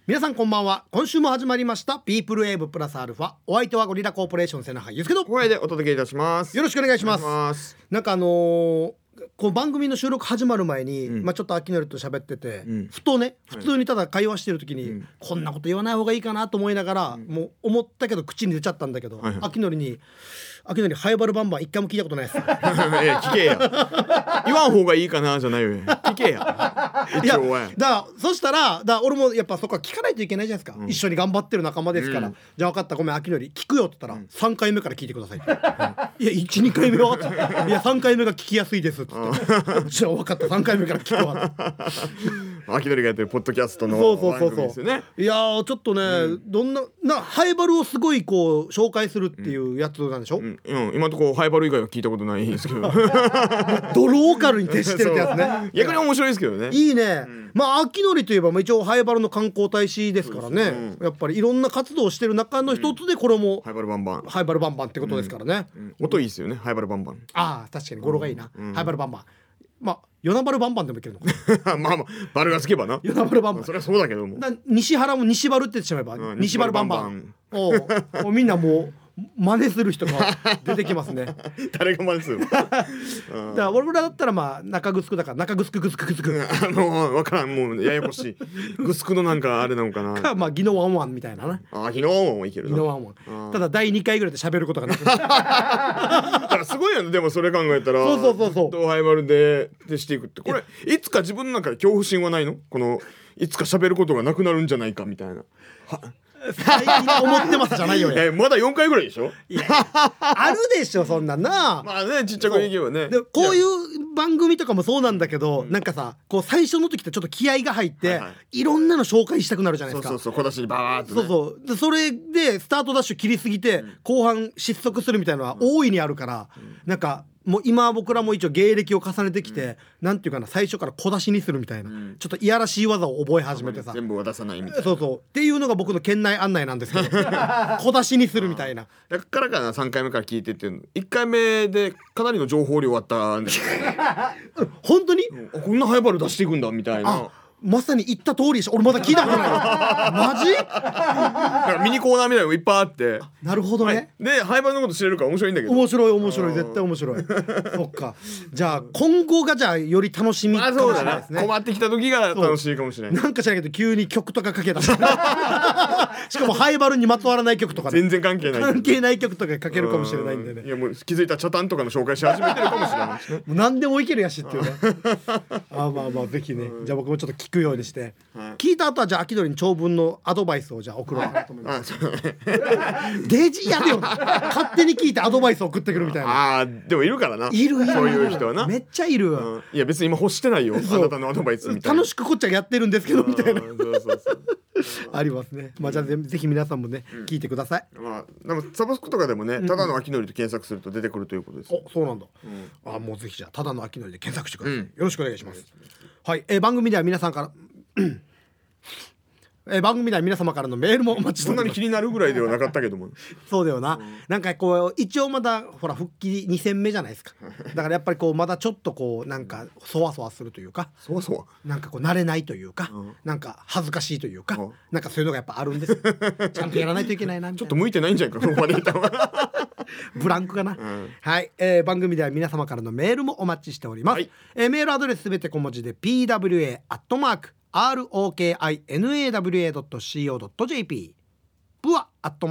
皆さんこんばんは。今週も始まりましたピープルウェーブプラスアルファ。お相手はゴリラコーポレーション瀬名俳優ですけど、 声でお届けいたします。 よろしくお願いします。 お願いします。 なんかこの番組の収録始まる前に、ちょっと秋のりと喋ってて、ふとね普通にただ会話してる時に、こんなこと言わない方がいいかなと思いながら、もう思ったけど口に出ちゃったんだけど、秋のりにハイバルバンバン一回も聞いたことないです聞けや言わん方がいいかなじゃないよ聞けやいやそしたら俺もやっぱそこは聞かないといけないじゃないですか、一緒に頑張ってる仲間ですから、じゃあ分かった、ごめん秋のり聞くよって言ったら、3回目から聞いてくださいって、いや 1,2 回目は分かったいや3回目が聞きやすいですって言ってじゃあ分かった3回目から聞くわ秋のりがやってるポッドキャストの番組ですよね。 いやーちょっとね、どんなハイバルをすごいこう紹介するっていうやつなんでしょ、 今のところハイバル以外は聞いたことないんですけどドローカルに徹してるってやつね逆に面白いですけどね。 いいね、秋のりといえば一応ハイバルの観光大使ですからね、やっぱりいろんな活動をしてる中の一つで、これもハイバルバンバンってことですからね、 音いいですよね、ハイバルバンバン。 ああ確かに語呂がいいな、ハイバルバンバン。与那原バンバンでもいけるのかまあバルがつけばな、 与那原バンバン、 それはそうだけども、 西原も西バルって言ってしまえば、西バルバンバンおみんなもう真似する人が出てきますね誰が真似するだから俺らだったら中グスクだから中グスクグスクグスク分からん、もうややこしいグスクのなんかあれなのかなギノワンワンみたいなね。 ギノワンワンもいけるな。 ギノワンワンただ第2回ぐらいで喋ることがなくなるだからすごいよね。でもそれ考えたらそうずっとハイバルでしていくって、これいつか自分の中で恐怖心はないの？このいつか喋ることがなくなるんじゃないかみたいな最近思ってますじゃないよねまだ4回ぐらいでしょ。 あるでしょそんなんな。 ちっちゃくいけばね。 でこういう番組とかもそうなんだけど、なんかさこう最初の時ってちょっと気合が入って、いろんなの紹介したくなるじゃないですか。 そう小出しにバーッとね。 でそれでスタートダッシュ切りすぎて、後半失速するみたいなのは大いにあるから、なんかもう今僕らも一応芸歴を重ねてきて、なんていうかな、最初から小出しにするみたいな、ちょっといやらしい技を覚え始めてさ、 全部は出さないみたいな。 そうっていうのが僕の県内案内なんですけど小出しにするみたいな。 だからかな、3回目から聞いてっていうの、1回目でかなりの情報量あったんですよ本当にこんなハイバル出していくんだみたいな。 まさに言った通りでしょ。俺まだ聞いたことないマジ？ だからミニコーナーみたいなのがいっぱいあって、 なるほどね、 でハイバルのこと知れるから面白いんだけど。 面白い絶対面白いそっか、じゃあ今後がじゃあより楽しみかもしれないですね。 困ってきた時が楽しいかもしれない。 なんか知らないけど急に曲とかかけたしかもハイバルにまとわらない曲とか、 全然関係ない曲とかかけるかもしれないんでね。 いやもう気づいたらチャタンとかの紹介し始めてるかもしれないですね。 もう何でもいけるやしっていうねぜひね、じゃあ僕もちょっと聞くようにして、聞いた後はじゃあ秋鳥に長文のアドバイスをじゃあ送ろうかなと思います。デジやでよ勝手に聞いてアドバイス送ってくるみたいな。 でもいるからな、 いるそういう人はな、 めっちゃいる、 いや別に今欲してないよ、あなたのアドバイスみたいな。 楽しくこっちゃやってるんですけどみたいなそうありますね。じゃあぜひ皆さんもね、聞いてください。 でもサブスクとかでもね、ただの秋のりと検索すると出てくるということです。 そうなんだ、もうぜひじゃあただの秋のりで検索してください、よろしくお願いします。はい、番組では皆さんから番組では皆様からのメールもお待ちしております。 そんなに気になるぐらいではなかったけどもそうだよな、なんかこう一応まだほら復帰2戦目じゃないですか。だからやっぱりこうまだちょっとこうなんかそわそわするというか、なんかこう慣れないというか、なんか恥ずかしいというか、なんかそういうのがやっぱあるんですちゃんとやらないといけないなみたいな。 ちょっと向いてないんじゃないかここまでいたのブランクかな、はい、番組では皆様からのメールもお待ちしております、メールアドレスすべて小文字で pwa@rokinawa.co.jp プア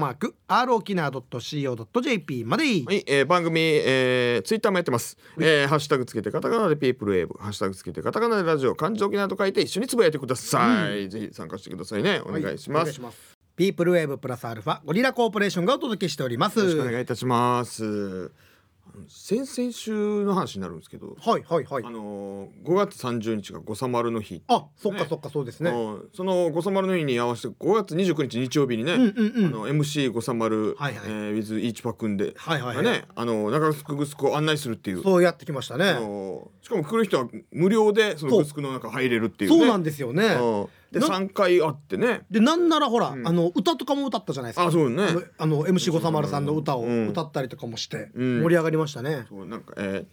@rokina.co.jp までいい。 はい、番組、ツイッターもやってます、ハッシュタグつけてカタカナでピープルウェーブ、ハッシュタグつけてカタカナでラジオ、漢字沖縄と書いて一緒につぶやいてください、ぜひ参加してくださいね。お願いします、 ピープルウェーブプラスアルファゴリラコーポレーションがお届けしております。 よろしくお願いいたします。先々週の話になるんですけど、5月30日がごさまるの日、 そっかそうですね。 そのごさまるの日に合わせて5月29日日曜日にね、MC ごさまる with イーチパくんでね、中城グスクを案内するっていう、 そうやってきましたね。 しかも来る人は無料でそのグスクの中入れるっていうね。 そうなんですよね。 で3回あってね、 でなんならほら、歌とかも歌ったじゃないですか。 そうね、 MC ごさまるさんの歌を歌ったりとかもして盛り上がりましたね。 そうなんか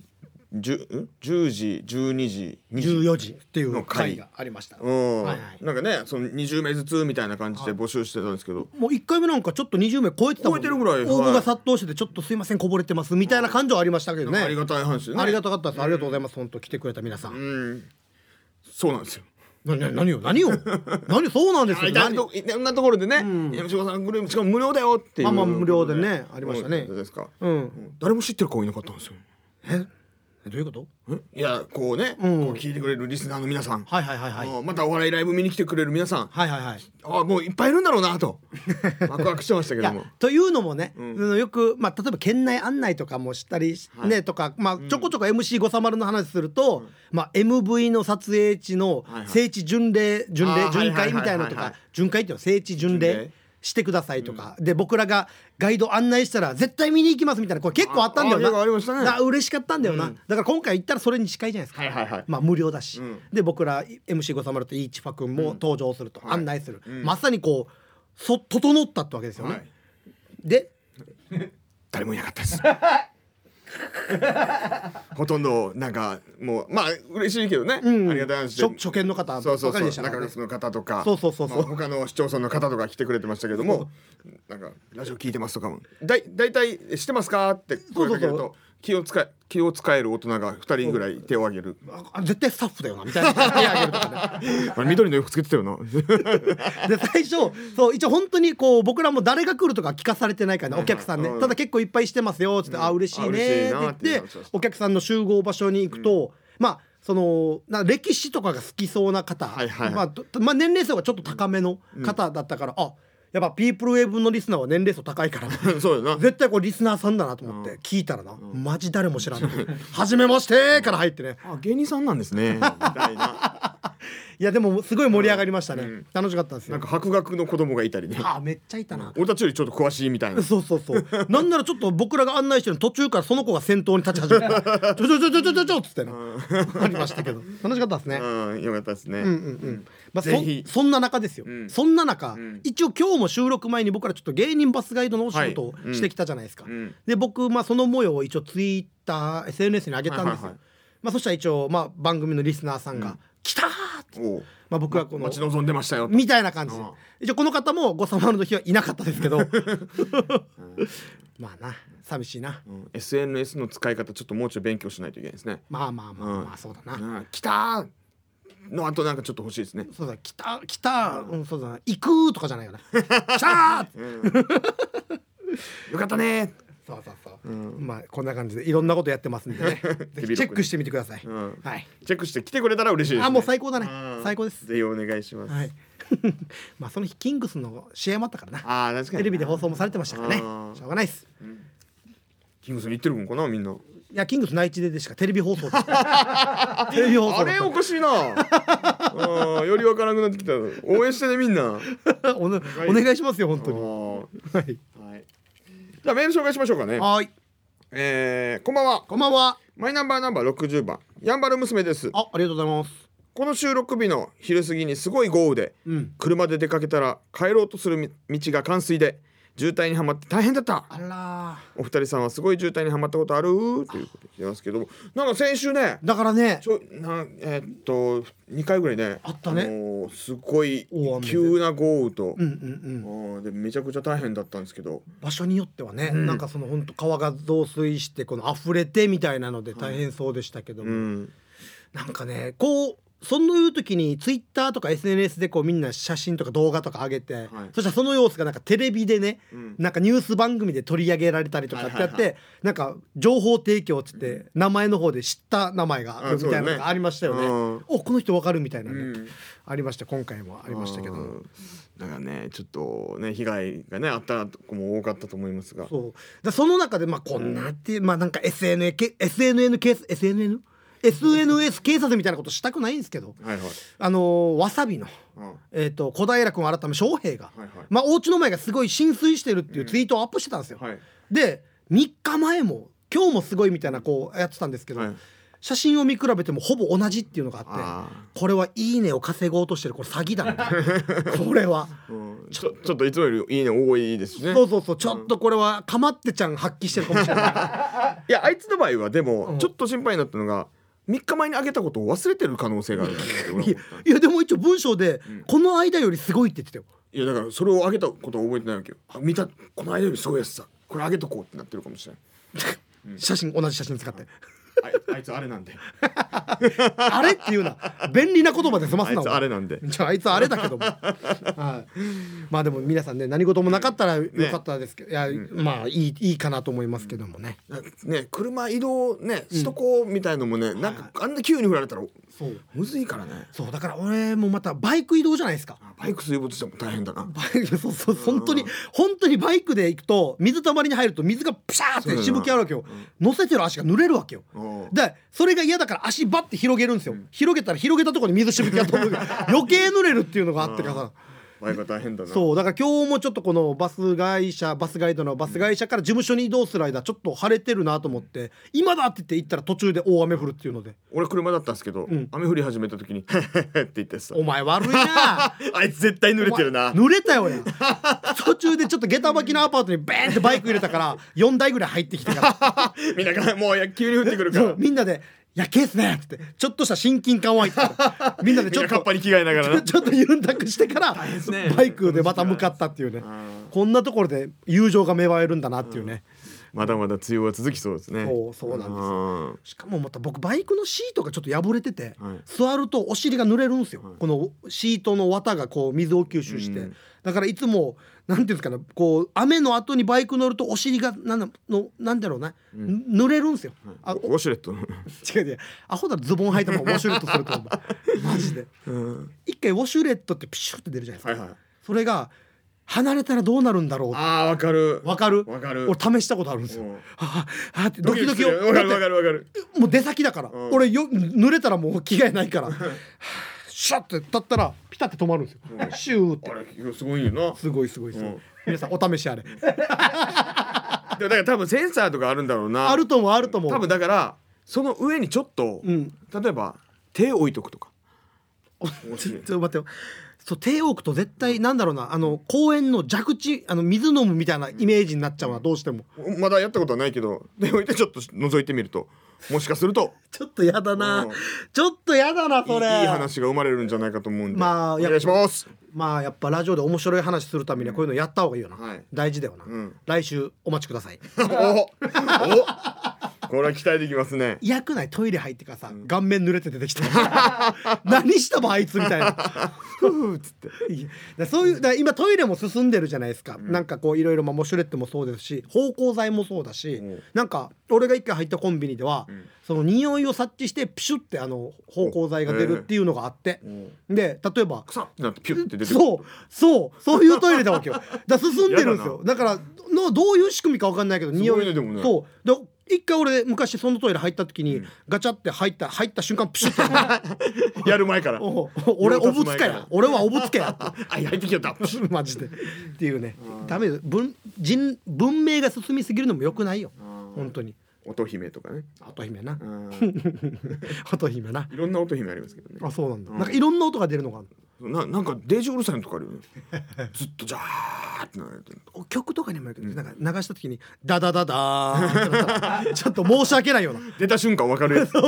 10時12時 14時っていう回がありました。 なんかねその20名ずつみたいな感じで募集してたんですけど、 もう1回目なんかちょっと20名超えてたもん、 超えてるぐらい応募が殺到しててちょっとすいませんこぼれてますみたいな感情ありましたけどね。 ありがたい話ですね。 ありがたかったです。ありがとうございます。本当来てくれた皆さん。 そうなんですよ。 何よそうなんですよ。 いろんなところでね、MC さんグループしかも無料だよっていう、 無料でねありましたね。 ですか。誰も知ってる子いなかったんですよ。 どういうこと？ いやこうね、こう聞いてくれるリスナーの皆さん、またお笑いライブ見に来てくれる皆さん、もういっぱいいるんだろうなとワクワクしてましたけども。 というのもね、よく例えば県内案内とかもしたりねとか、ちょこちょこ MC ごさまるの話すると、MV の撮影地の聖地巡礼巡回みたいなのとか、巡回っていうのは聖地巡礼してくださいとか、で僕らがガイド案内したら絶対見に行きますみたいな、これ結構あったんだよな。嬉しかったんだよな。だから今回行ったらそれに近いじゃないですか。無料だし、で僕ら MC ごさまるとイーチファ君も登場すると、案内する、まさにこう整ったってわけですよね。で誰もいなかったですほとんどなんかもう嬉しいけどね、ありがたい話で初見の方ばかりでしたからね。 中津の方とか他の市町村の方とか来てくれてましたけども、なんかラジオ聞いてますとかもだいたい知ってますかって声かけると気を使える大人が2人ぐらい手を挙げる。 絶対スタッフだよなみたいな手を挙げるとかね緑の洋服つけてたよなで最初一応本当にこう僕らも誰が来るとか聞かされてないからね、お客さんね。ただ結構いっぱいしてますよっつって、嬉しいねって言ってお客さんの集合場所に行くと、その歴史とかが好きそうな方、年齢層がちょっと高めの方だったから、やっぱピープルウェーブのリスナーは年齢層高いからそうだな、 絶対こうリスナーさんだなと思って聞いたらな、マジ誰も知らん初めましてから入ってね、 芸人さんなんですねみたいな。 いやでもすごい盛り上がりましたね。楽しかったんですよ。 なんか博学の子供がいたりね。 めっちゃいたな。 俺たちよりちょっと詳しいみたいな。 そうなんならちょっと僕らが案内してる途中からその子が先頭に立ち始めたちょっつってなありましたけど楽しかったですね。 よかったですね。 そんな中ですよ。そんな中一応今日も収録前に僕らちょっと芸人バスガイドのお仕事をしてきたじゃないですか。で僕その模様を一応ツイッター SNS に上げたんですよ。そしたら一応番組のリスナーさんが来たーって僕はこの待ち望んでましたよみたいな感じで、一応この方もごさまるの日はいなかったですけど寂しいな。 SNS の使い方ちょっともうちょい勉強しないといけないですね。 そうだな。 来たのあとなんかちょっと欲しいですね。 そうだ来たそうだな、行くとかじゃないよね来たよかったね。 こんな感じでいろんなことやってますんでねぜひチェックしてみてください。 チェックして来てくれたら嬉しいですね。 もう最高だね。最高です。 ぜひお願いします。 その日キングスの試合もあったからな。 確かにテレビで放送もされてましたからね。しょうがないです。 キングスに行ってるもんかなみんな。 いやキングス内地でしかテレビ放送テレビ放送あれおかしいなよりわからなくなってきた。応援してねみんなお願いしますよ本当に。 じゃあメール紹介しましょうかね。 はい。 こんばんは。 こんばんは。 マイナンバー60番やんばる娘です。 ありがとうございます。 この収録日の昼過ぎにすごい豪雨で、車で出かけたら帰ろうとする道が冠水で渋滞にはまって大変だった。お二人さんはすごい渋滞にはまったことあるということで来てますけど、なんか先週ねだからね 2回ぐらいねあったね。 すごい急な豪雨とでめちゃくちゃ大変だったんですけど、 場所によってはね、なんかその本当川が増水してこの溢れてみたいなので大変そうでしたけども、なんかねそういう時にツイッターとか SNS でみんな写真とか動画とか上げて、そしたらその様子がなんかテレビでね、なんかニュース番組で取り上げられたりとかってやって、なんか情報提供っつって名前の方で知った名前があるみたいなのがありましたよね。この人わかるみたいなね、ありました。今回もありましたけど、 だからねちょっとね被害がねあった子も多かったと思いますが、 その中でこんなってなんか SNS 警察みたいなことしたくないんですけど、わさびの小平君改め翔平がお家の前がすごい浸水してるっていうツイートをアップしてたんですよ。で3日前も今日もすごいみたいなやってたんですけど、 写真を見比べてもほぼ同じっていうのがあって、これはいいねを稼ごうとしてる、これ詐欺だねこれは、 ちょっといつもよりいいね多いですね。 そうちょっとこれはかまってちゃん発揮してるかもしれないいやあいつの場合はでもちょっと心配になったのが、3日前にあげたことを忘れてる可能性があるいやでも一応文章で、この間よりすごいって言ってたよ。 いやだからそれをあげたことを覚えてないわけよ。見たこの間よりすごいやつさ、これあげとこうってなってるかもしれない写真同じ写真使ってあいつあれなんであれっていうな、便利な言葉で済ますな。 あいつあれなんで、 じゃああいつあれだけどもはい、まあでも皆さんね、何事もなかったらよかったですけど、いや、まあいいかなと思いますけどもね。 車移動ねしとこうみたいのもね、なんかあんな急に振られたらそうむずいからね。 そうだから俺もまたバイク移動じゃないですか。 バイク水没しても大変だな。 そう本当にバイクで行くと水たまりに入ると水がプシャーってしぶきあるわけよ。乗せてる足が濡れるわけよ。でそれが嫌だから足バッて広げるんですよ。広げたら広げたところに水しぶきが飛ぶ余計濡れるっていうのがあってからさ、 バイクは大変だな。 そうだから今日もちょっとこのバスガイドのバス会社から事務所に移動する間ちょっと晴れてるなと思って、今だって言って行ったら途中で大雨降るっていうので、 俺車だったんですけど、雨降り始めた時にヘッヘッヘッって言ってさ、 お前悪いなあいつ絶対濡れてるな。 濡れたよや途中でちょっと下駄履きのアパートにベーンってバイク入れたから4台ぐらい入ってきてからみんながもう急に降ってくるからみんなでやけえっすねってちょっとした親近感湧いてたみんなでちょっとカッパに着替えながらなちょっと緩んだくしてからバイクでまた向かったっていうね、こんなところで友情が芽生えるんだなっていうね。 まだまだ梅雨は続きそうですね。 そうなんですよ。しかもまた僕バイクのシートがちょっと破れてて、座るとお尻が濡れるんですよ、このシートの綿がこう水を吸収して、だからいつもなんていうんですかね、こう雨の後にバイク乗るとお尻がなんだろうな、濡れるんですよ。 ウォシュレット違うアホだらズボン履いたままウォシュレットすると思うマジで、一回ウォシュレットってピシュって出るじゃないですか、それが離れたらどうなるんだろうって。 わかる俺試したことあるんですよ。ってドキドキをわかるもう出先だから、俺濡れたらもう着替えないからシャッて立ったらピタって止まるんですよ、シューって。 あれすごいよな。 すごい皆さんお試しあれだから多分センサーとかあるんだろうな。 あると思う多分だからその上にちょっと、例えば手を置いとくとかちょっと待って、そう手を置くと絶対なんだろうな、公園の蛇口水飲むみたいなイメージになっちゃうな、どうしても。 まだやったことはないけど、手を置いてちょっと覗いてみるともしかするとちょっとやだな、それ。 いい話が生まれるんじゃないかと思うんで、 まあ、 お願いします。 まあやっぱラジオで面白い話するためにはこういうのやった方がいいよな、大事だよな、来週お待ちくださいこれは期待できますね。 嫌くない？トイレ入ってからさ、顔面濡れて出てきて何したばあいつみたいなふーっつってそういうだ今トイレも進んでるじゃないですか、なんかこういろいろウォシュレットもそうですし芳香剤もそうだし、なんか俺が一回入ったコンビニでは、その匂いを察知してピシュって芳香剤が出るっていうのがあって、で例えば臭ってなってピュッて出てくる。 そういうトイレだわけよ。だ進んでるんですよ。だからどういう仕組みか分かんないけど、匂いでもね。 そうで一回俺昔そのトイレ入った時に、ガチャって入った瞬間プシュッてやる前から俺おぶつかや、俺はおぶつかや入ってきよったマジでっていうね。ダメです文明が進みすぎるのも良くないよ本当に。 音姫とかね。 音姫な音姫な、 いろんな音姫ありますけどね。 あ、そうなんだ、なんかいろんな音が出るのがなんかデージうるさいのとかあるよねずっとジャーってなる曲とかにもあるけど、なんか流した時にダダダダーってなったらちょっと申し訳ないような出た瞬間分かるやつ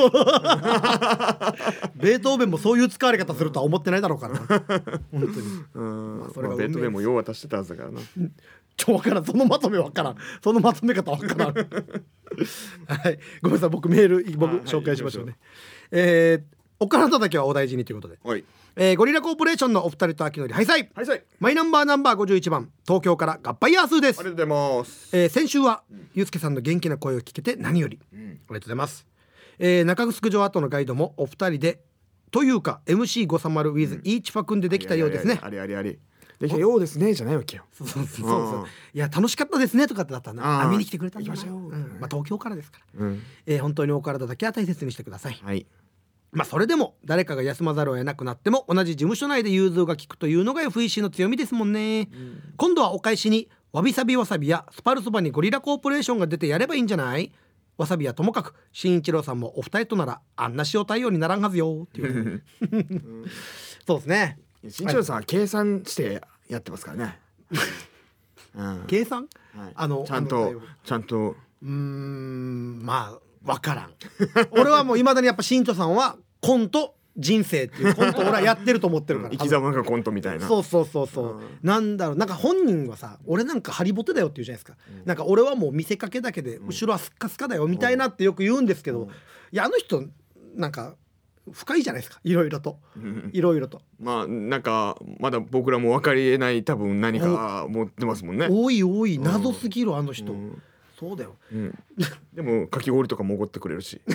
ベートーベンもそういう使われ方するとは思ってないだろうからな本当に。 それがベートーベンも用渡してたはずだからな。 分からん、そのまとめ分からん、そのまとめ方分からんはい、ごめんなさい、僕メール紹介しましょうね。お体だけはお大事にということで、ゴリラコーポレーションのお二人と秋のりハイサイ、マイナンバー51番東京から合杯ヤースーです。 ありがとうございます。 先週はゆうすけさんの元気な声を聞けて何より、ありがとうございます。中城城跡のガイドもお二人でというか MC530 with イーチファ君でできたようですね。 ありできたようですねじゃないわけよ。 そういや楽しかったですねとかってだったな。見に来てくれたんだな。東京からですから、本当にお体だけは大切にしてください。それでも誰かが休まざるを得なくなっても同じ事務所内で融通が利くというのが FEC の強みですもんね。今度はお返しにわびさびわさびやスパルそばにゴリラコーポレーションが出てやればいいんじゃない？ わさびはともかく新一郎さんもお二人とならあんな塩対応にならんはずよっていうそうですね。 新一郎さんは計算してやってますからね、 計算、 ちゃんとまあ分からん俺はもういまだにやっぱ新一郎さんはコント人生っていうコント俺はやってると思ってるから生き様がコントみたいな。 そう、なんだろう、なんか本人はさ俺なんかハリボテだよって言うじゃないですか、なんか俺はもう見せかけだけで後ろはスッカスカだよみたいなってよく言うんですけど、いやあの人なんか深いじゃないですか、いろいろとまあなんかまだ僕らも分かりえない多分何か持ってますもんね。 多い謎すぎるあの人、そうだよ、 でもかき氷とかもおごってくれるし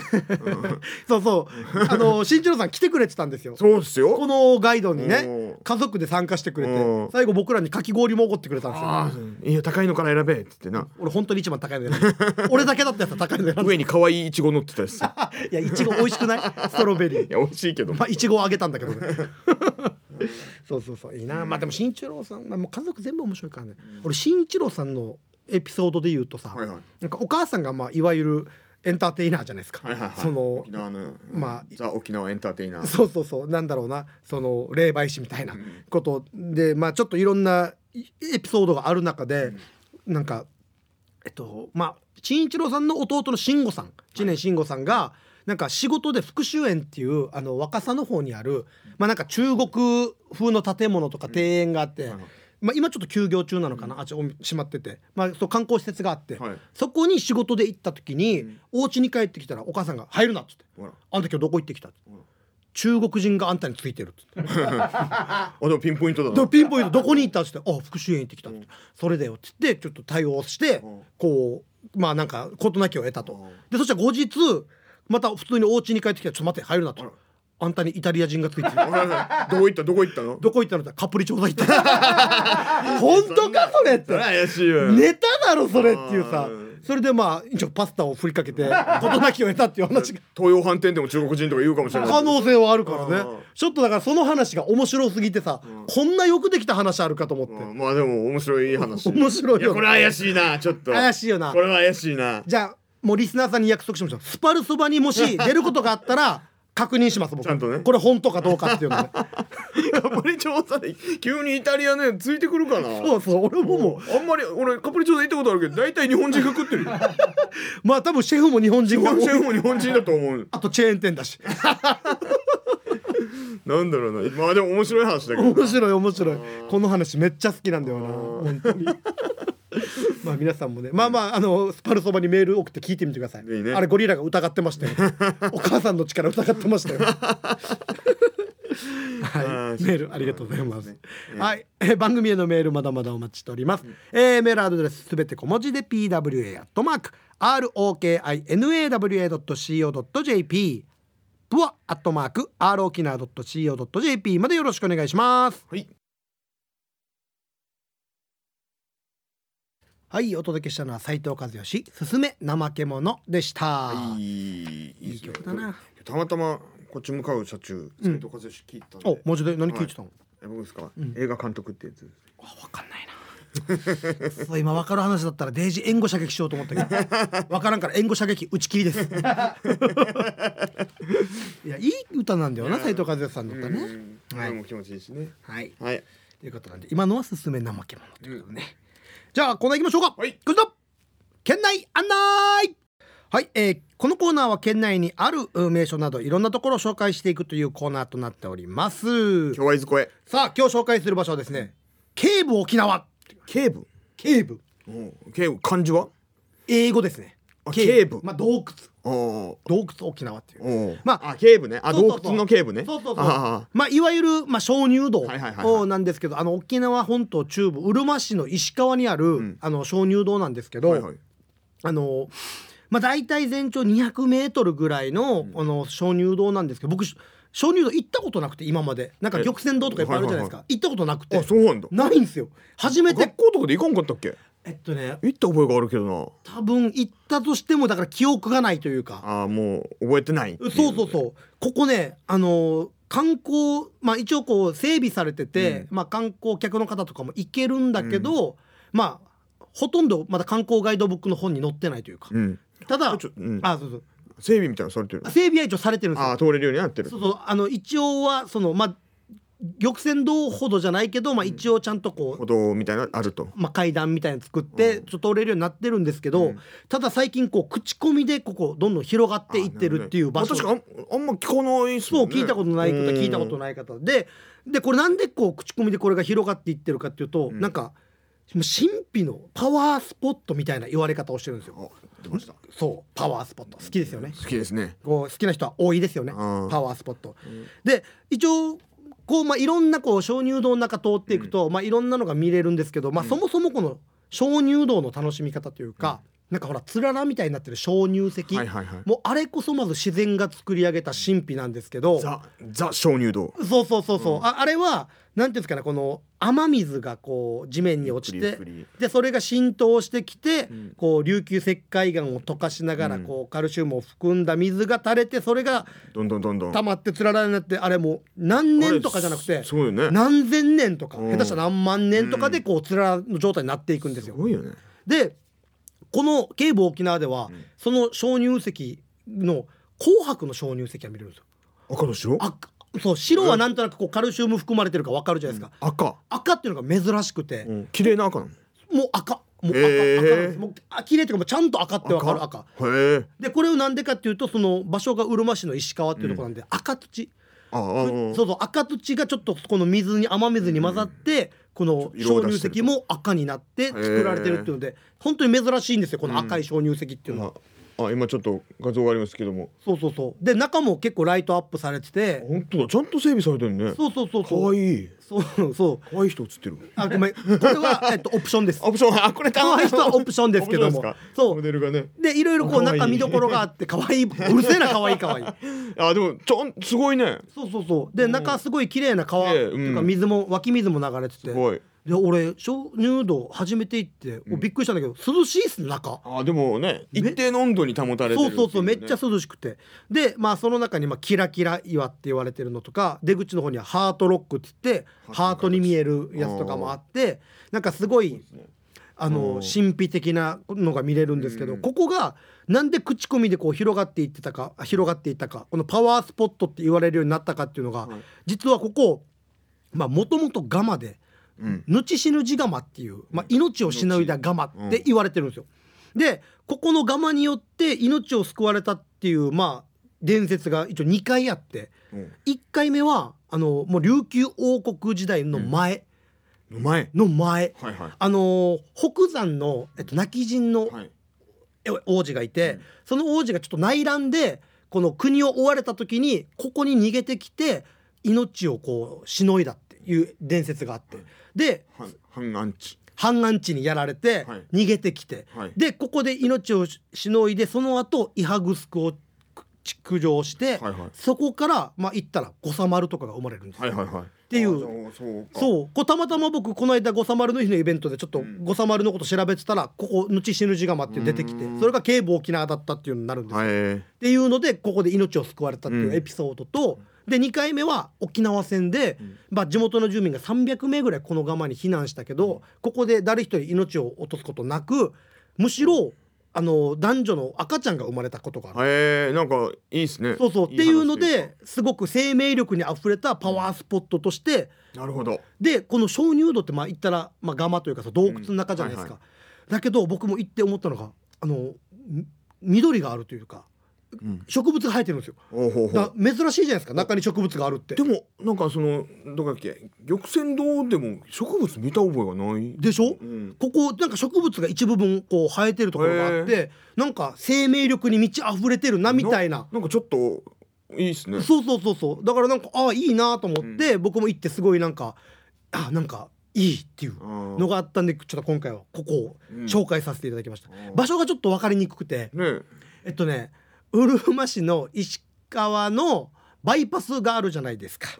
そう新一郎さん来てくれてたんですよ。 そうですよ、 このガイドにね家族で参加してくれて最後僕らにかき氷もおごってくれたんですよ。 いや高いのから選べって言ってな、 俺本当に一番高いの選んだ俺だけだったやつは高いの選んだ上に可愛いイチゴ乗ってたやついやイチゴ美味しくない？ストロベリーいや美味しいけど、 まあイチゴをあげたんだけどねそういいな。まあでも新一郎さん、もう家族全部面白いからね、俺新一郎さんのエピソードで言うとさ、なんかお母さんがいわゆるエンターテイナーじゃないですか、その沖縄のザ・沖縄エンターテイナー、 そうなんだろうな、その霊媒師みたいなことで、ちょっといろんなエピソードがある中で、なんか新一郎さんの弟の慎吾さん、知念慎吾さんがなんか仕事で福州園っていう若狭の方にある、なんか中国風の建物とか庭園があって、今ちょっと休業中なのかな、閉まってて、そう観光施設があって、そこに仕事で行った時に、お家に帰ってきたらお母さんが入るなっつって、あんた今日どこ行ってきたって、中国人があんたについてるっつってでもピンポイントだな、 ピンポイントどこに行ったっつって、福州園行ってきたって、それだよっつってちょっと対応して、こうなんか事なきを得たと。でそしたら後日また普通にお家に帰ってきたら、ちょっと待って入るなと、あんたにイタリア人がついてるどこ行ったのってカプリ調査行った本当かそれって怪しいわ、 ネタだろそれっていうさ。それで一応パスタを振りかけて事なきを得たっていう話が東洋飯店でも中国人とか言うかもしれない、 可能性はあるからね。ちょっとだからその話が面白すぎてさ、こんなよくできた話あるかと思って、 まあでも面白い話面白いよ。 いやこれ怪しいな、ちょっと怪しいよな、 これは怪しいな。 じゃあもうリスナーさんに約束しましょう。スパルそばにもし出ることがあったら確認します僕、 ちゃんとね、 これ本当かどうかっていうのねカプリ調査で急にイタリアねついてくるかな。 そう俺もあんまり俺カプリ調査行ったことあるけど大体日本人が食ってるよ多分シェフも日本人がシェフも日本人だと思うあとチェーン店だしなんだろうな、でも面白い話だけど、 面白いこの話めっちゃ好きなんだよな本当に皆さんもねスパルそばにメール送って聞いてみてください。 いいね、 あれゴリラが疑ってましたよお母さんの力疑ってましたよはい、メールありがとうございます、はい、番組へのメールまだまだお待ちしております、メールアドレスすべて小文字で pwa@rokinawa.co.jp プア@rokina.co.jp までよろしくお願いします。はい、お届けしたのは斉藤和義すすめ怠け者でした。 いい曲だな。 たまたまこっち向かう車中斉藤和義聞いたんで、 マジで何聞いてたの？ 僕ですか、映画監督ってやつ。 分かんないなそう今分かる話だったらデイジ援護射撃しようと思ったけど分からんから援護射撃打ち切りですいやいい歌なんだよな斉藤和義さんの歌ね。 も気持ちいいしね。 はい、ということなんで今のはすすめ怠け者ということでね、じゃあコーナー行きましょうか。これだ県内案内。はい、このコーナーは県内にある名所などいろんなところを紹介していくというコーナーとなっております。 今日はいずこへ。 さあ今日紹介する場所はですね、ケーブ沖縄。 ケーブ漢字は英語ですね。 ケーブ、 洞窟沖縄っていう、 ケーブね、洞窟のケーブね。 そういわゆる鍾乳洞なんですけど、沖縄本島中部うるま市の石川にある、鍾乳洞なんですけど、だいたい全長200メートルぐらいの鍾乳洞なんですけど、僕鍾乳洞行ったことなくて、今までなんか玉泉洞とかいっぱいあるじゃないですか、行ったことなくて。 そうなんだ。 ないんですよ。初めて学校とかで行かんかったっけ？行った覚えがあるけどな。 多分行ったとしてもだから記憶がないというか、 もう覚えてない。 そうここね観光一応こう整備されてて、観光客の方とかも行けるんだけど、ほとんどまだ観光ガイドブックの本に載ってないというか、 ただそうそう整備みたいなのされてる。 整備は一応されてるんですよ。 通れるようになってる。 そう一応は玉泉堂ほどじゃないけど、一応ちゃんとこう歩道みたいなのあると、 階段みたいなの作ってちょっと通れるようになってるんですけど、ただ最近こう口コミでここどんどん広がっていってるっていう場所、 確かにあんま聞かないっすもんね。 そう聞いたことない方聞いたことない方でこれなんでこう口コミでこれが広がっていってるかっていうと、なんか神秘のパワースポットみたいな言われ方をしてるんですよ。 出ました。 そうパワースポット好きですよね。 好きですね。 こう好きな人は多いですよね、パワースポット、で一応こういろんなこう鍾乳洞の中通っていくと、いろんなのが見れるんですけど、そもそもこの鍾乳洞の楽しみ方というか、なんかほらつららみたいになってる鍾乳石、もうあれこそまず自然が作り上げた神秘なんですけど、 ザ鍾乳洞。 そう、あれはなんていうんですかね、この雨水がこう地面に落ちて、でそれが浸透してきて、こう琉球石灰岩を溶かしながらこうカルシウムを含んだ水が垂れて、それがどんどん溜まってつららになって、あれもう何年とかじゃなくてそうよね、 何千年とか下手したら何万年とかでこうつららの状態になっていくんですよ。 すごいよね。 でこの京武沖縄では、その鍾乳石の紅白の鍾乳石が見れるんですよ。 赤の白？ そう、白はなんとなくこうカルシウム含まれてるか分かるじゃないですか、赤っていうのが珍しくて、 綺麗な赤なの？ もう赤なんです。もう綺麗っていうかもうちゃんと赤って分かる赤で、これをなんでかっていうと、その場所がうるま市の石川っていうところなんで、赤土、そう赤土がちょっとこの水に雨水に混ざって、この鍾乳石も赤になって作られてるっていうので、本当に珍しいんですよ、この赤い鍾乳石っていうのは。 今ちょっと画像がありますけども、 そうで中も結構ライトアップされてて、 本当だ、ちゃんと整備されてるね。そうかわいい。 そう可愛い人映ってる。 ごめん、これはオプションです。 オプション、これ可愛い人はオプションですけども、そうモデルがね、 でいろいろこう中見どころがあって、可愛い、うるせえな可愛いでもすごいね。 そうで中すごい綺麗な川とか水も湧き水も流れてて、 すごい。 で俺鍾乳洞初めて行ってびっくりしたんだけど、涼しいっす中。 でもね、一定の温度に保たれてる。 そうめっちゃ涼しくて、でその中にキラキラ岩って言われてるのとか、出口の方にはハートロックって言ってハートに見えるやつとかもあって、なんかすごい神秘的なのが見れるんですけど、ここがなんで口コミでこう広がっていったか、このパワースポットって言われるようになったかっていうのが、実はここもともとガマで、ぬち死ぬ地ガマっていう、命を失いだガマって言われてるんですよ。でここのガマによって命を救われたっていう伝説が一応2回あって、1回目はもう琉球王国時代の前、北山の亡き人の王子がいて、その王子がちょっと内乱でこの国を追われた時にここに逃げてきて命をこうしのいだっていう伝説があって、で半安地にやられて逃げてきて、でここで命をしのいで、その後伊波城を築城して、そこから行ったら五三丸とかが生まれるんですよ。っていう、こうたまたま僕この間五三丸の日のイベントでちょっと五三丸のこと調べてたら、ここぬち死ぬ地釜って出てきて、それが京武沖縄だったっていうのになるんですよ。っていうのでここで命を救われたっていうエピソードと、で2回目は沖縄戦で、地元の住民が300名ぐらいこのガマに避難したけど、ここで誰一人命を落とすことなく、むしろ男女の赤ちゃんが生まれたことがある。 なんかいいですね。 っていうのですごく生命力にあふれたパワースポットとして、 なるほど。 でこの鍾乳洞って言ったらガマというか洞窟の中じゃないですか。だけど僕も行って思ったのが緑があるというか、植物が生えてるんですよ。珍しいじゃないですか、中に植物があるって。 でもなんかどこだっけ、玉泉洞でも植物見た覚えがないでしょ、ここなんか植物が一部分こう生えてるところがあって、なんか生命力に満ち溢れてるなみたいな、 なんかちょっといいっすね。 そうだからなんかいいなと思って、僕も行ってすごいなんかなんかいいっていうのがあったんで、ちょっと今回はここを紹介させていただきました。場所がちょっと分かりにくくて、うるま市の石川のバイパスがあるじゃないですか。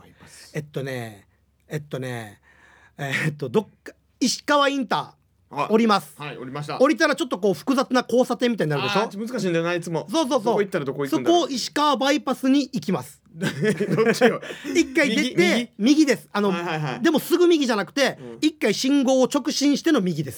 どっか石川インター降ります。 降りました。 降りたらちょっとこう複雑な交差点みたいになるでしょ。 難しいんだよな、いつも。 そうどこ行ったらどこ行くんだろう。 そこ石川バイパスに行きます。 どっちよ。 一回出て右です。でもすぐ右じゃなくて、一回信号を直進しての右です。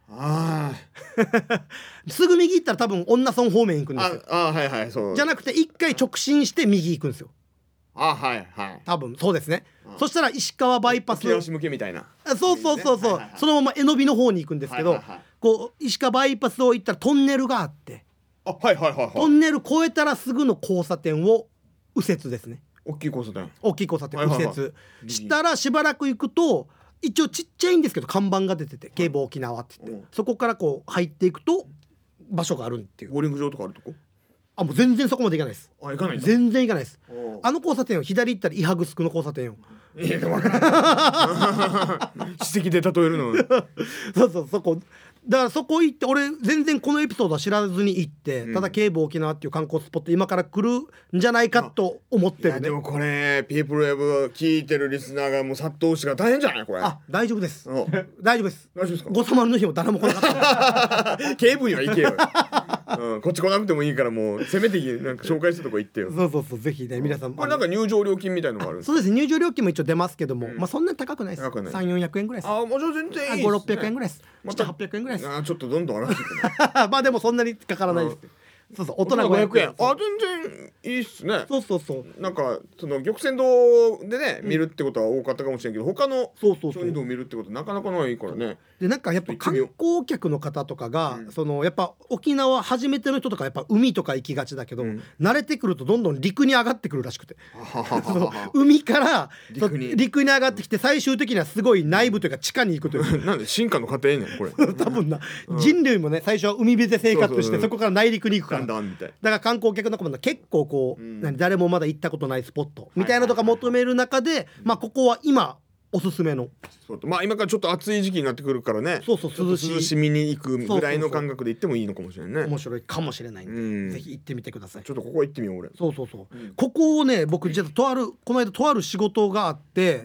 すぐ右行ったら多分女村方面行くんですよ。 はいはい、そうじゃなくて一回直進して右行くんですよ。 はいはい、 多分そうですね。そしたら石川バイパス、 沖縄市向けみたいな。 そう、そのまま江ノ火の方に行くんですけど、こう石川バイパスを行ったらトンネルがあって、トンネル越えたらすぐの交差点を右折ですね。 大きい交差点右折したらしばらく行くと、一応ちっちゃいんですけど看板が出てて、警部沖縄って言って、そこからこう入っていくと場所があるっていう。 ボーリング場とかあるとこ？ もう全然そこまで行かないです。 行かない。 全然行かないです。あの交差点を左行ったら伊波グスクの交差点よ。 いや分からない史跡で例えるのそうそこだから、そこ行って俺全然このエピソードは知らずに行って、ただ警部沖縄っていう観光スポット今から来るんじゃないかと思ってるね。 でもこれピープルウェブ聞いてるリスナーがもう殺到してが大変じゃないこれ。 大丈夫です。大丈夫です。 大丈夫ですか？ ごさまるの日も誰も来なかった警部には行けよこっち来なくてもいいから、もうせめてなんか紹介したとこ行ってよ。 そうぜひね、皆さん。 これなんか入場料金みたいのもあるんですか？ そうです、入場料金も一応出ますけども、そんなに高くないです。300、400円ぐらいです。 もちろん全然いいですね。 500、600円ぐらいです。700、800円ぐらいです。 ちょっとどんどん上がってくるまあでもそんなにかからないです。大人500円。 全然いいっすね。 そうなんかその玉泉堂でね見るってことは多かったかもしれんけど、他のそういうのを見るってことなかなかないからね。 でなんかやっぱ観光客の方とかが、そのやっぱ沖縄初めての人とかやっぱ海とか行きがちだけど、慣れてくるとどんどん陸に上がってくるらしくて海から陸に上がってきて、最終的にはすごい内部というか地下に行くというなんで進化の過程ねんこれ多分な、人類もね最初は海辺で生活して、そこから内陸に行くから、だから観光客の子も結構こう、誰もまだ行ったことないスポットみたいなのとか求める中で、ここは今おすすめの、 今からちょっと暑い時期になってくるからね、涼しみに行くぐらいの感覚で行ってもいいのかもしれないね。 面白いかもしれないんで、ぜひ行ってみてください。 ちょっとここ行ってみよう俺。 ここをね、僕実はこの間とある仕事があって、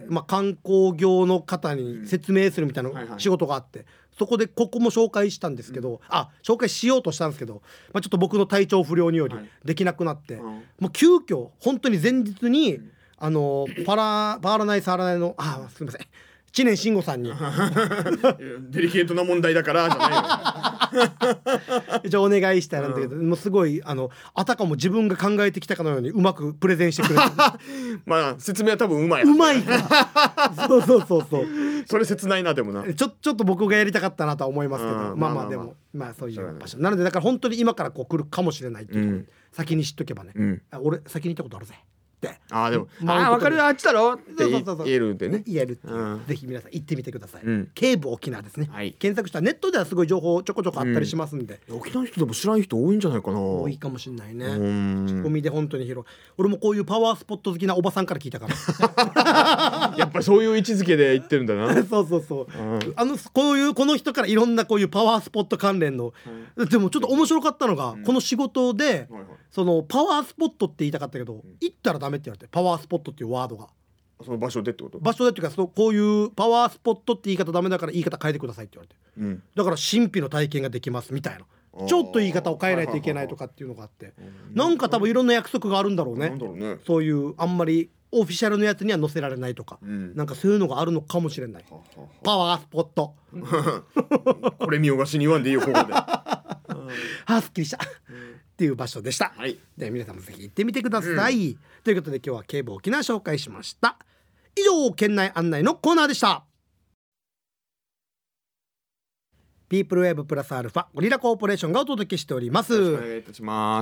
観光業の方に説明するみたいな仕事があって、そこでここも紹介したんですけど、紹介しようとしたんですけど、ちょっと僕の体調不良によりできなくなって、もう急遽本当に前日にパラナイサーラナイのすみません、知念慎吾さんにデリケートな問題だからじゃないよ一応お願いしたらんだけど、もうすごいあたかも自分が考えてきたかのようにうまくプレゼンしてくれて説明は多分うまいからそうそれ切ないな。でもなちょっと僕がやりたかったなとは思いますけど、でもそういう場所なので、だから本当に今からこう来るかもしれないっていう、先に知っとけばね、俺先に行ったことあるぜって、 でも分かるよ、あっちだろって言えるんでね、 言えるっていう、ぜひ皆さん行ってみてください。警部沖縄ですね。検索したらネットではすごい情報ちょこちょこあったりしますんで、 沖縄の人でも知らん人多いんじゃないかな。 多いかもしれないね。口コミで本当に広い。俺もこういうパワースポット好きなおばさんから聞いたからやっぱりそういう位置づけで言ってるんだなそうこの人からいろんなこういうパワースポット関連の、でもちょっと面白かったのが、この仕事でそのパワースポットって言いたかったけど、行ったらダメって言われて、パワースポットっていうワードがその場所でってこと？ 場所でっていうか、こういうパワースポットって言い方ダメだから言い方変えてくださいって言われて、だから神秘の体験ができますみたいな、ちょっと言い方を変えないといけないとかっていうのがあって、なんか多分いろんな約束があるんだろうね。そういうあんまりオフィシャルのやつには載せられないとか、なんかそういうのがあるのかもしれない。パワースポットこれ見よがしに言わんでいいよここですっきりしたっていう場所でした。で皆さんもぜひ行ってみてください。ということで今日は警部沖縄紹介しました。以上、県内案内のコーナーでした。ピープルウェーブプラスアルファゴリラコーポレーションがお届けしております。 よろしくお願いいたします。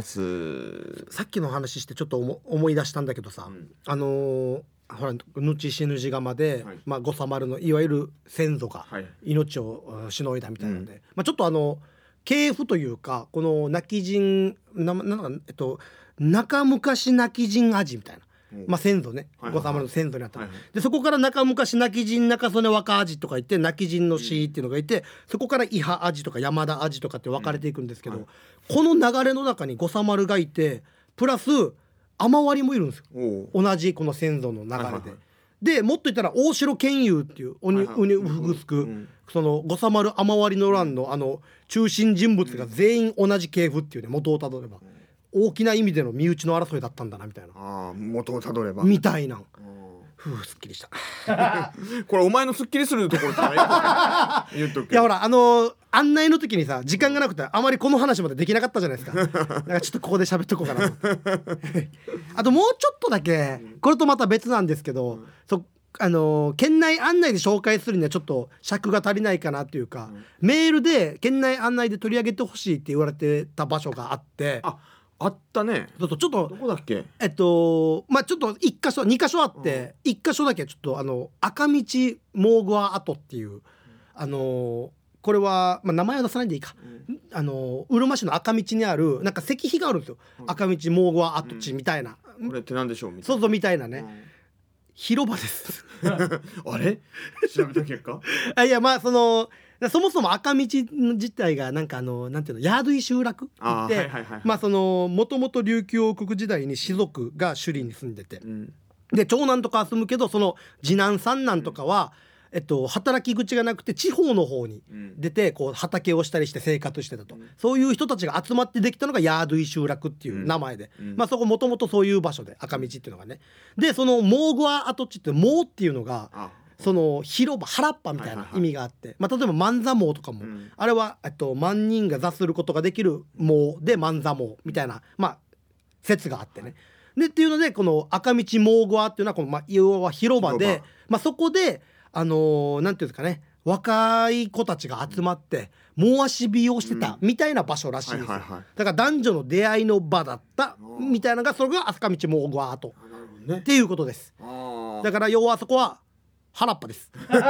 さっきの話してちょっと思い出したんだけどさ、ほらぬちしぬじ釜で、五サマルのいわゆる先祖が命をしのいだみたいなので、ちょっと系譜というか、この泣き人中昔泣き人味みたいな、先祖ね、五サマルの先祖にあった、でそこから中昔泣き人中曽根若味とか言って泣き人の詩っていうのがいて、そこから伊波味とか山田味とかって分かれていくんですけど、この流れの中に五サマルがいて、プラス雨割りもいるんですよ、同じこの先祖の流れで。でもっと言ったら大城健雄っていうウニフグスク、その五サマル雨割りの乱の中心人物が全員同じ系譜っていうね、元をたどれば大きな意味での身内の争いだったんだなみたいな、 元をたどればみたいな。すっきりしたこれお前のすっきりするところって言っとくけど、 いやほら案内の時にさ時間がなくてあまりこの話までできなかったじゃないですかだからちょっとここで喋っとこうかなとあともうちょっとだけこれとまた別なんですけど、県内案内で紹介するにはちょっと尺が足りないかなっていうか、メールで県内案内で取り上げてほしいって言われてた場所があって、 あったね。 ちょっとどこだっけ。 ちょっと1箇所2箇所あって、1箇所だけちょっと赤道モーグワ跡っていうこれは、名前は出さないでいいか、うるま市の赤道にあるなんか石碑があるんですよ、赤道モーグワ跡地みたいな、 これって何でしょうみたいな。 そうそうみたいなね、広場ですあれ調べた結果いやそもそも赤道自体がなんかなんていうのヤードイ集落って、もともと琉球王国時代に士族が首里に住んでて、で長男とかは住むけどその次男三男とかは、働き口がなくて地方の方に出てこう畑をしたりして生活してたと、そういう人たちが集まってできたのがヤードイ集落っていう名前で、そこもともとそういう場所で赤道っていうのがね、でそのモーグワ跡地ってモーっていうのがその広場原っぱみたいな意味があって、例えば万座毛とかも、あれは万人が座することができる毛で万座毛みたいな説があってね、でっていうのでこの赤道モーグワっていうのはこの要は広場でそこでなんていうんですかね、若い子たちが集まってもう足美をしてたみたいな場所らしいんですよ、だから男女の出会いの場だったみたいなのがそれが赤道モーグワ跡っていうことです。だから要はそこは原っぱです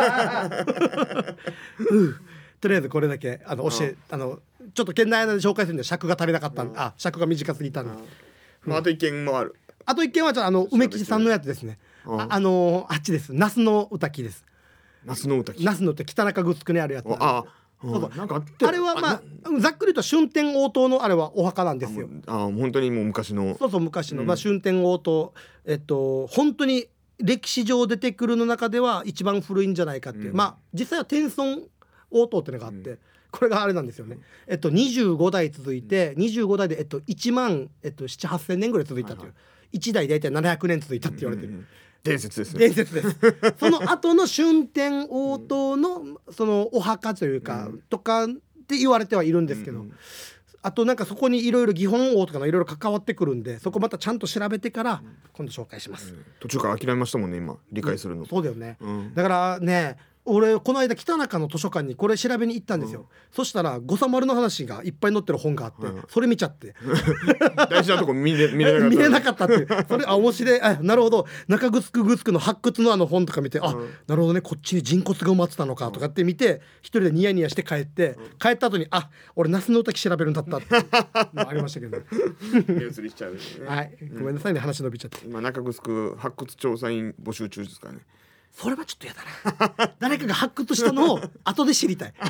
とりあえずこれだけちょっと県内で紹介するんで尺が足りなかったんで、尺が短すぎたんで、 あと一件もある。 あと一件は梅吉さんのやつですね。あっちです。那須の歌木です。 那須の歌木。 那須のって北中城にあるやつ。 なんかあれはざっくり言うと春天応答のあれはお墓なんですよ。 本当にもう昔の。 そう昔の、春天応答本当に歴史上出てくるの中では一番古いんじゃないかっていう、実際は天孫応答っていうのがあって、これがあれなんですよね。25代続いて25代で1万7、8,000年ぐらい続いたという、1代だいたい700年続いたって言われてる、 伝説ですね。 伝説ですその後の春天応答のそのお墓というか、とかって言われてはいるんですけど、あとなんかそこにいろいろ義本王とかのいろいろ関わってくるんで、そこまたちゃんと調べてから今度紹介します、 途中から諦めましたもんね今理解するの、 そうだよね、だからね俺この間北中の図書館にこれ調べに行ったんですよ、そしたら五三丸の話がいっぱい載ってる本があって、それ見ちゃって大事なとこ見れなかったってそれ面白い、なるほど、中城の発掘の本とか見て、なるほどね、こっちに人骨が埋まってたのかとかって見て、一人でニヤニヤして帰った後に俺那須の歌調べるんだったってありましたけど目移りしちゃう、 はい、ごめんなさいね、話伸びちゃって。 今中城発掘調査員募集中ですからね。 それはちょっと嫌だな誰かが発掘したのを後で知りたい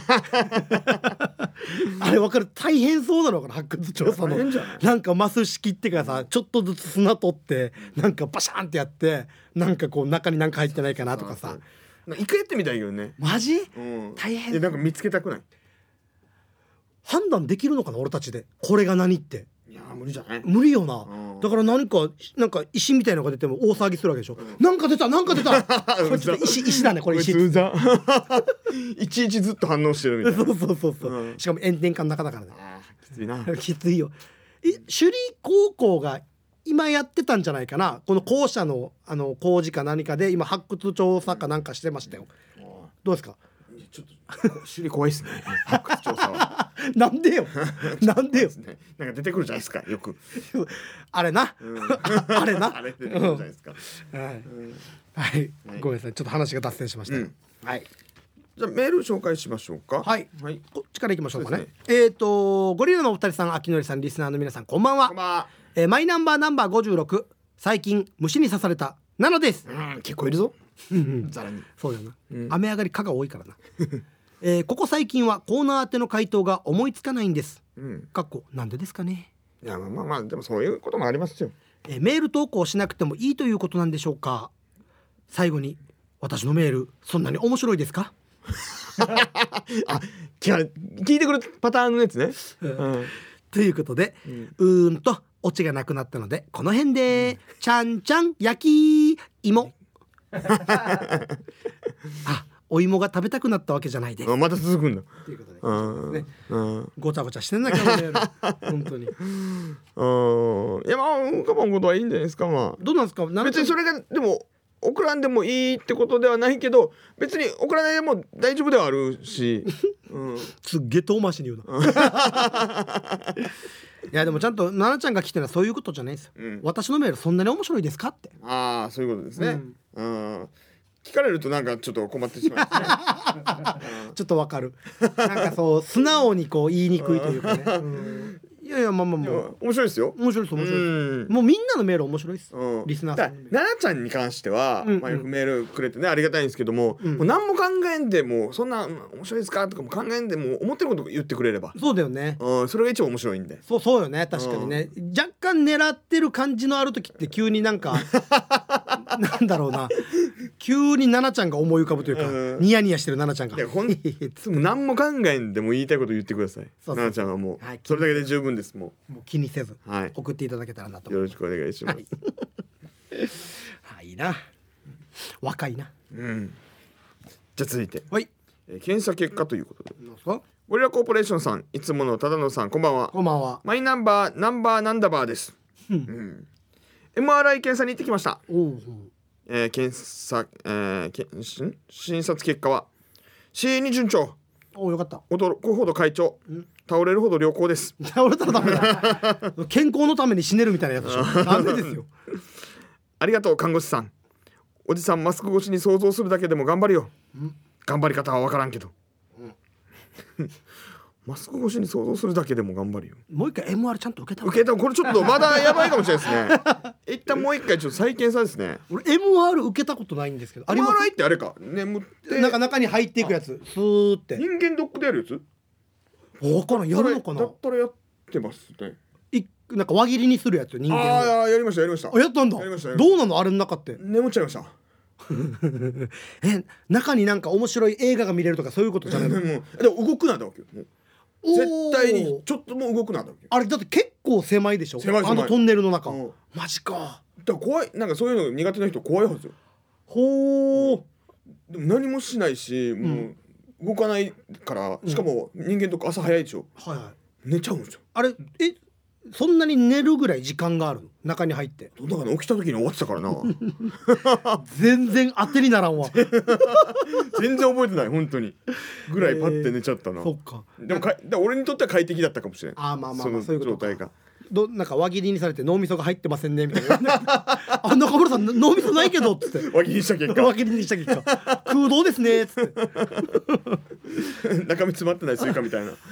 あれ分かる、大変そうなのかな、発掘調査のなんかマス式ってかさ、ちょっとずつ砂取ってなんかバシャンってやって、なんかこう中になんか入ってないかなとかさ、 一回やってみたいけどね。 マジ、大変。 なんか見つけたくない？ 判断できるのかな俺たちで、これが何って。 いや無理じゃない？無理よな、だからなんか石みたいなのが出ても大騒ぎするわけでしょ、なんか出たこれちょっと石だね、これ石いちいちずっと反応してるみたいなそう、しかも炎天下の中だからね、 きついなきついよ。首里高校が今やってたんじゃないかな、この校舎の工事か何かで今発掘調査かなんかしてましたよ。どうですか？ ちょっと首里怖いですね発掘調査はなんでよなんでよ、 なんか出てくるじゃないですかよくあれな、あれなあれ出てくるじゃないですか、 はい、ごめんなさい、ちょっと話が脱線しました、はい。 じゃあメール紹介しましょうか。 はい、こっちからいきましょうかね。ゴリラのお二人さん、秋典さん、リスナーの皆さん、こんばんは。マイナンバー56、最近虫に刺されたなのです。 結構いるぞざらに。 そうだよな、雨上がり蚊が多いからなここ最近はコーナー宛ての回答が思いつかないんです、なんでですかね。 いやまあでもそういうこともありますよ。 メール投稿しなくてもいいということなんでしょうか。最後に、私のメールそんなに面白いですか聞いてくるパターンのやつね、 ということで、オチがなくなったのでこの辺で、ちゃんちゃん焼き芋お芋が食べたくなったわけじゃないです。 また続くんだということで、ね、ごちゃごちゃしてんだけどね本当に。 いやまあ我慢ことはいいんじゃないですか。まあどうなんですか。 別にそれがでも送らんでもいいってことではないけど、別に送らないでも大丈夫ではあるし、 すっげえ遠回しに言うな。いやでもちゃんと奈々ちゃんが来てるのはそういうことじゃないですよ、私のメールそんなに面白いですかって。 ああそういうことですね。聞かれるとなんかちょっと困ってしまいますね。 ちょっとわかる。なんかそう素直にこう言いにくいというかね。いやいやまあ面白いですよ。 面白いです面白いです。もうみんなのメール面白いです。リスナーさん。 奈々ちゃんに関してはよくメールくれてねありがたいんですけども、もう何も考えんでもそんな面白いですかとかも考えんでも思ってること言ってくれれば。 そうだよね。 それが一番面白いんで。 そうよね確かにね。若干狙ってる感じのある時って急になんかなんだろうな。急に奈々ちゃんが思い浮かぶというか、ニヤニヤしてる奈々ちゃんが何も考えんでも言いたいこと言ってください。奈々ちゃんはもうそれだけで十分です。もう気にせず送っていただけたらなとよろしくお願いします。 はいな若いな。 じゃあ続いて検査結果ということで、ゴリラコーポレーションさん、いつもの忠野さん、こんばんは。 こんばんは。 マイナンバーなんだばーです。MRI 検査に行ってきました。検査、診察結果は C に順調。 よかった。 驚くほど快調。倒れるほど良好です。 倒れたらダメだ。健康のために死ねるみたいなやつでしょ。ダメですよ。 ありがとう看護師さん。おじさんマスク越しに想像するだけでも頑張るよ。頑張り方は分からんけど。マスク越しに想像するだけでも頑張るよ。もう一回 MR ちゃんと受けた。これちょっとまだやばいかもしれないですね。一旦もう一回ちょっと再検査ですね。 俺 MR 受けたことないんですけど。 MRI ってあれか眠ってなんか中に入っていくやつ。スーって。 人間ドックでやるやつ？ わからん。やるのかな。 だったらやってますね。 なんか輪切りにするやつ。人間。 やりました。やったんだ。どうなのあれの中って。 眠っちゃいました。 中になんか面白い映画が見れるとかそういうことじゃないの？でも動くなだわけよ。絶対にちょっとも動くなだわけよ。 あれだって結構狭いでしょ。あのトンネルの中。マジか。 だから怖い。なんかそういうの苦手な人怖いはずよ。 ほう。 でも何もしないし、もう動かないから、しかも人間とか朝早いでしょ。寝ちゃうんですよ。 あれそんなに寝るぐらい時間があるの？中に入ってだから起きた時に終わってたからな。 全然当てにならんわ。 全然覚えてない本当にぐらいパッて寝ちゃったな。 そっか。 でも俺にとっては快適だったかもしれない。 まあそういうことか。 なんか輪切りにされて脳みそが入ってませんねみたいな。中村さん脳みそないけどっつって輪切りにした結果空洞ですねっつって中身詰まってないスイカみたいな。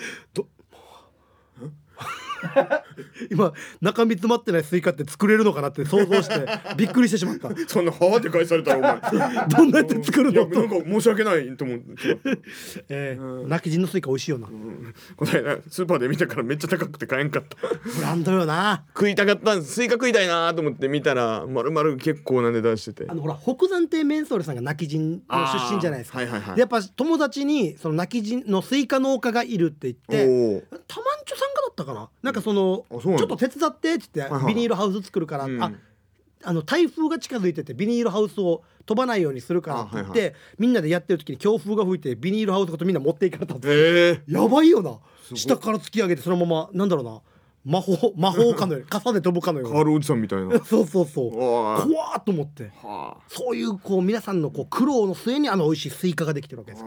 今中身詰まってないスイカって作れるのかなって想像してびっくりしてしまった。 そんなはわって返されたらお前どんなやって作るのなんか申し訳ないと思う。 泣き人のスイカ美味しいよな。 この間スーパーで見たからめっちゃ高くて買えんかった。 ブランドよな。 食いたかったんです。スイカ食いたいなと思って見たら丸々結構な値段してて、 ほら北山亭メンソーレさんが泣き人の出身じゃないですか。やっぱ友達にその泣き人のスイカ農家がいるって言ってたまんちょさんがだったかな。なんかそのちょっと手伝ってって言ってビニールハウス作るから、台風が近づいててビニールハウスを飛ばないようにするからって言って、みんなでやってる時に強風が吹いてビニールハウスごとみんな持っていかれたって。やばいよな。下から突き上げてそのままなんだろうな、魔法かのように傘で飛ぶかのように。 カールおじさんみたいな。 そう怖ーと思って、そういうこう皆さんのこう苦労の末に美味しいスイカができてるわけですから。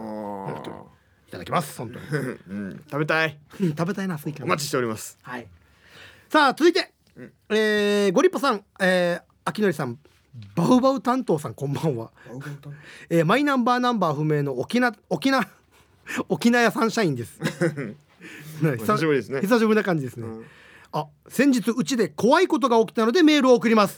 いただきます本当に。 食べたい食べたいなスイカ。 お待ちしております。 さあ続いてゴリッポさん、秋典さん、バウバウ担当さんこんばんは。マイナンバー不明の沖縄サンシャインです。 久しぶりですね。 久しぶりな感じですね。先日うちで怖いことが起きたのでメールを送ります。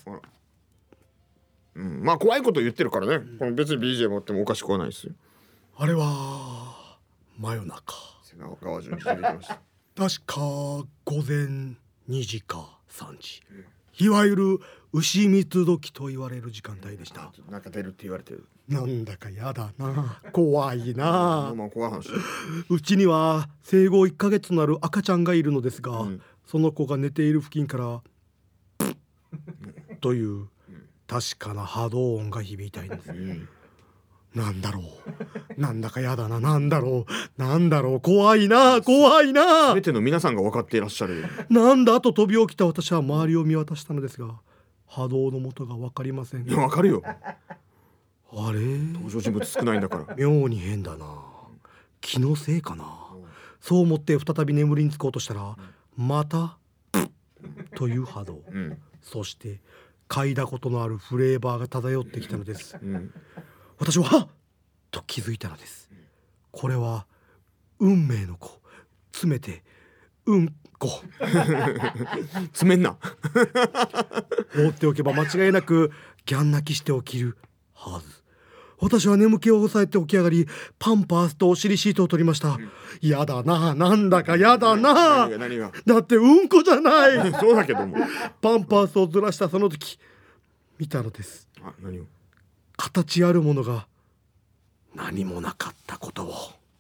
まあ怖いこと言ってるからね、別に BJ 持ってもおかしくはないですよ。 あれは真夜中、 川順に出てきました。 確か午前2時か3時、いわゆる牛三つ時と言われる時間帯でした。 なんか出るって言われてる。 なんだかやだな、怖いな。 怖い話。 うちには生後1ヶ月となる赤ちゃんがいるのですが、その子が寝ている付近からプッという確かな波動音が響いたんです。 なんだろう、なんだかやだな、なんだろう、怖いな。 全ての皆さんが分かっていらっしゃる。 なんだと飛び起きた私は周りを見渡したのですが、波動の元が分かりません。 いや分かるよ、 あれ、 登場人物少ないんだから。 妙に変だな、気のせいかな。そう思って再び眠りにつこうとしたら、またプッという波動、そして嗅いだことのあるフレーバーが漂ってきたのです、私ははっと気づいたのです。これは運命の子、詰めてうんこ詰めんな放っておけば間違いなくギャン泣きして起きるはず。私は眠気を抑えて起き上がり、パンパースとお尻シートを取りました。やだな、なんだかやだな。 何がだってうんこじゃないそうだけども。 パンパースをずらしたその時、見たのです。 何を。 形あるものが何もなかったことを。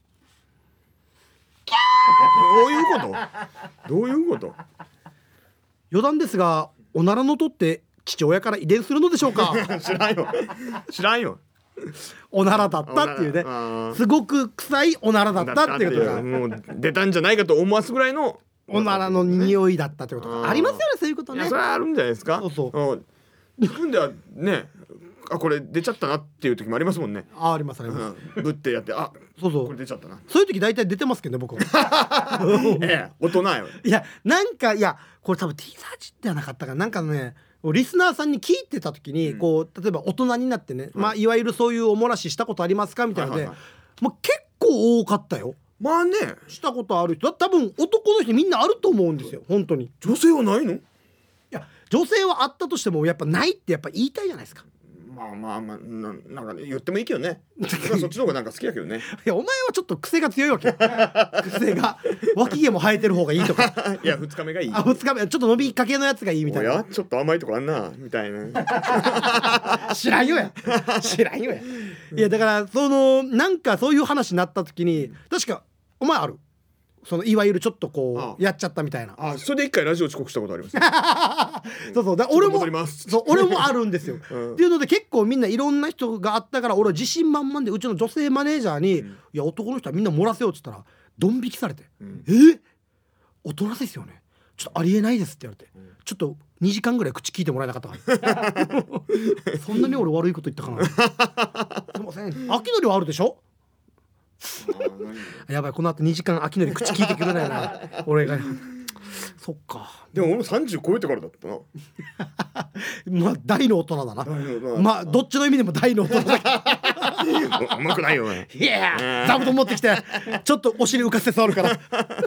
どういうこと余談ですが、おならのとって父親から遺伝するのでしょうか知らんよおならだったっていうね、すごく臭いおならだったっていうことが、 もう出たんじゃないかと思わすぐらいのおならの匂いだったってことがありますよね。そういうことね。 いやそれはあるんじゃないですか。 そう自分ではね、これ出ちゃったなっていう時もありますもんね。 ありますあります、 ぶってやって、 そうこれ出ちゃったな。 そういう時大体出てますけどね、僕は大人よ。 いやなんか、いやこれ多分 T サーチではなかったかな、なんかね、リスナーさんに聞いてた時に、こう例えば大人になってね、いわゆるそういうおもらししたことありますかみたいなので、もう結構多かったよ。 まあね、 したことある人多分男の人みんなあると思うんですよ、本当に。 女性はないの？いや女性はあったとしてもやっぱないってやっぱ言いたいじゃないですか。 なんかね、言ってもいいけどね。そっちの方がなんか好きだけどね。 いやお前はちょっと癖が強いわけ癖が脇毛も生えてる方がいいとかいや2日目がいい。 2日目ちょっと伸びかけのやつがいいみたいな。 ちょっと甘いとこあんなみたいな。 知らんよやいやだからそのなんかそういう話になった時に、確かお前あるそのいわゆるちょっとこうやっちゃったみたいな。 それで一回ラジオ遅刻したことあります。 そうだ俺もあるんですよ、っていうので結構みんないろんな人があったから、俺は自信満々でうちの女性マネージャーに、いや男の人はみんな漏らせよって言ったらドン引きされて、大人ですよね、ちょっとありえないですって言われて、ちょっと2時間ぐらい口聞いてもらえなかったからそんなに俺悪いこと言ったかなすいません。秋のりはあるでしょやばい、この後2時間秋のり口聞いてくれないな俺がそっか。 でも俺も30超えてからだったなまあ大の大人だな。まあどっちの意味でも大の大人だうまくないよね。 いや座布団持ってきてちょっとお尻浮かせて触るから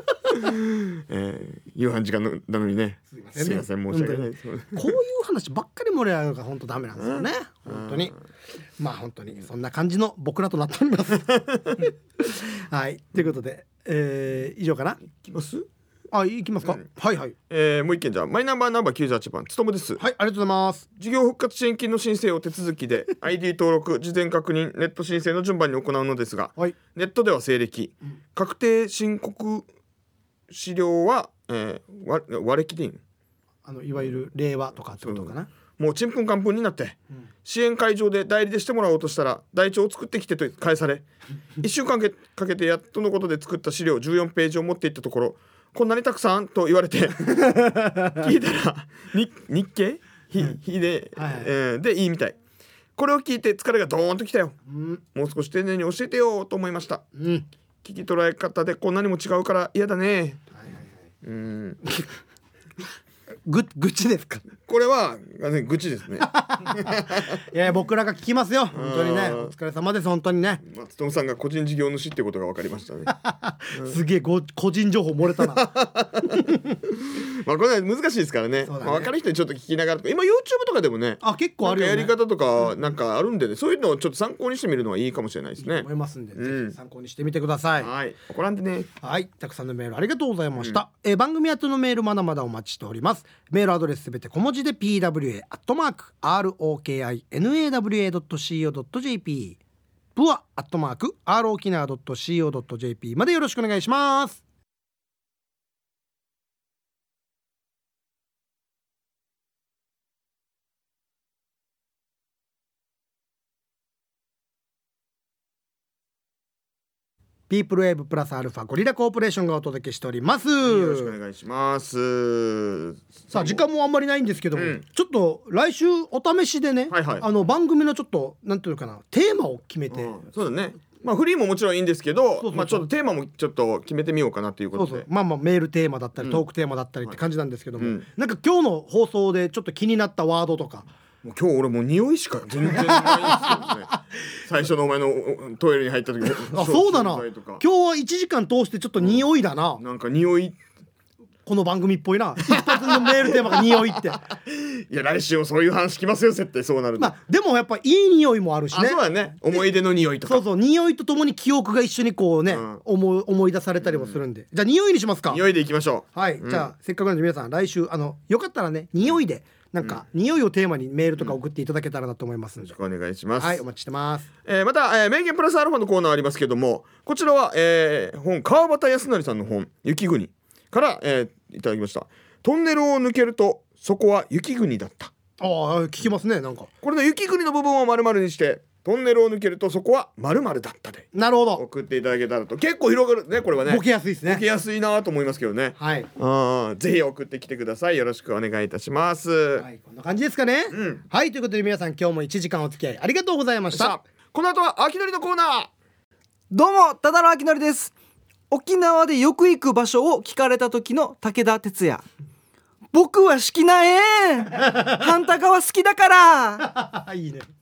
夕飯時間なのにね、すいません申し訳ないです。 こういう話ばっかり盛り上がるから本当ダメなんですよね、本当に。まあ本当にそんな感じの僕らとなっておりますはいということで、以上かな。 いきます。 いきますか、はいはい。 もう一件、じゃあマイナンバーナンバー98番つとむです。 はい、ありがとうございます。 事業復活支援金の申請を手続きでID 登録、事前確認、ネット申請の順番に行うのですが、ネットでは西暦、確定申告資料は、和暦でいいの？ いわゆる令和とかってことかな。 もうちんぷんかんぷんになって、支援会場で代理でしてもらおうとしたら台帳を作ってきてと返され1週間かけてやっとのことで作った資料14ページを持っていったところ、こんなにたくさんと言われて聞いたら日経日で、でいいみたい。これを聞いて疲れがドーンときたよ、もう少し丁寧に教えてよと思いました、聞き捉え方でこんなにも違うから嫌だね。 愚痴ですか？ これは愚痴ですねいや僕らが聞きますよ本当にね。お疲れ様です本当にね。 松友さんが個人事業主ってことが分かりましたねすげえ個人情報漏れたなまあこれは難しいですからね。分かる人にちょっと聞きながらとか、今 YouTube とかでもね結構あるよね、 やり方とかなんかあるんでね、そういうのをちょっと参考にしてみるのはいいかもしれないですね。 思いますんで、ぜひ参考にしてみてください。 はい、怒らんでね。 はい、たくさんのメールありがとうございました、番組宛てのメールまだまだお待ちしております。メールアドレスすべて小文字で pwa@rokinawa.co.jp pua@rokinawa.co.jp までよろしくお願いします。 ピープルウェーブプラスアルファゴリラコーポレーションがお届けしております。 よろしくお願いします。 さあ時間もあんまりないんですけども、ちょっと来週お試しでね、番組のちょっとなんていうのかな、テーマを決めて、 そうだね、フリーももちろんいいんですけど、ちょっとテーマもちょっと決めてみようかなということで、 メールテーマだったり、トークテーマだったりって感じなんですけども、なんか今日の放送でちょっと気になったワードとか、 もう今日俺もう匂いしか全然ないんですけどね最初のお前のトイレに入った時あ、そうだな、今日は1時間通してちょっと匂いだな、 なんか匂い、 この番組っぽいな、一発のメールテーマが匂いっていや来週もそういう話きますよ絶対、そうなると。 でもやっぱいい匂いもあるしね。 そうだね、思い出の匂いとか、 そう匂いとともに記憶が一緒にこうね、思い出されたりもするんで、じゃあ匂いにしますか。 匂いでいきましょう。はい、じゃあせっかくなんで皆さん来週よかったらね、匂いでなんか、匂いをテーマにメールとか送っていただけたらなと思いますので、 よろしくお願いします。 はい、お待ちしてます。 また、名言プラスアルファのコーナーありますけども、こちらは、川端康成さんの本雪国から、いただきました。トンネルを抜けるとそこは雪国だった。 聞きますね。なんかこれの雪国の部分を丸々にして、トンネルを抜けるとそこは〇〇だったで、 なるほど、 送っていただけたらと。結構広がるね、これはね、 ボケやすいですね。 ボケやすいなと思いますけどね。 はい、 ぜひ送ってきてください。よろしくお願いいたします。 はい、こんな感じですかね。はい、ということで皆さん今日も1時間お付き合いありがとうございました。 この後は秋のりのコーナー。 どうも、ただの秋のりです。沖縄でよく行く場所を聞かれた時の武田鉄矢。僕は好きな反対側好きだからいいね。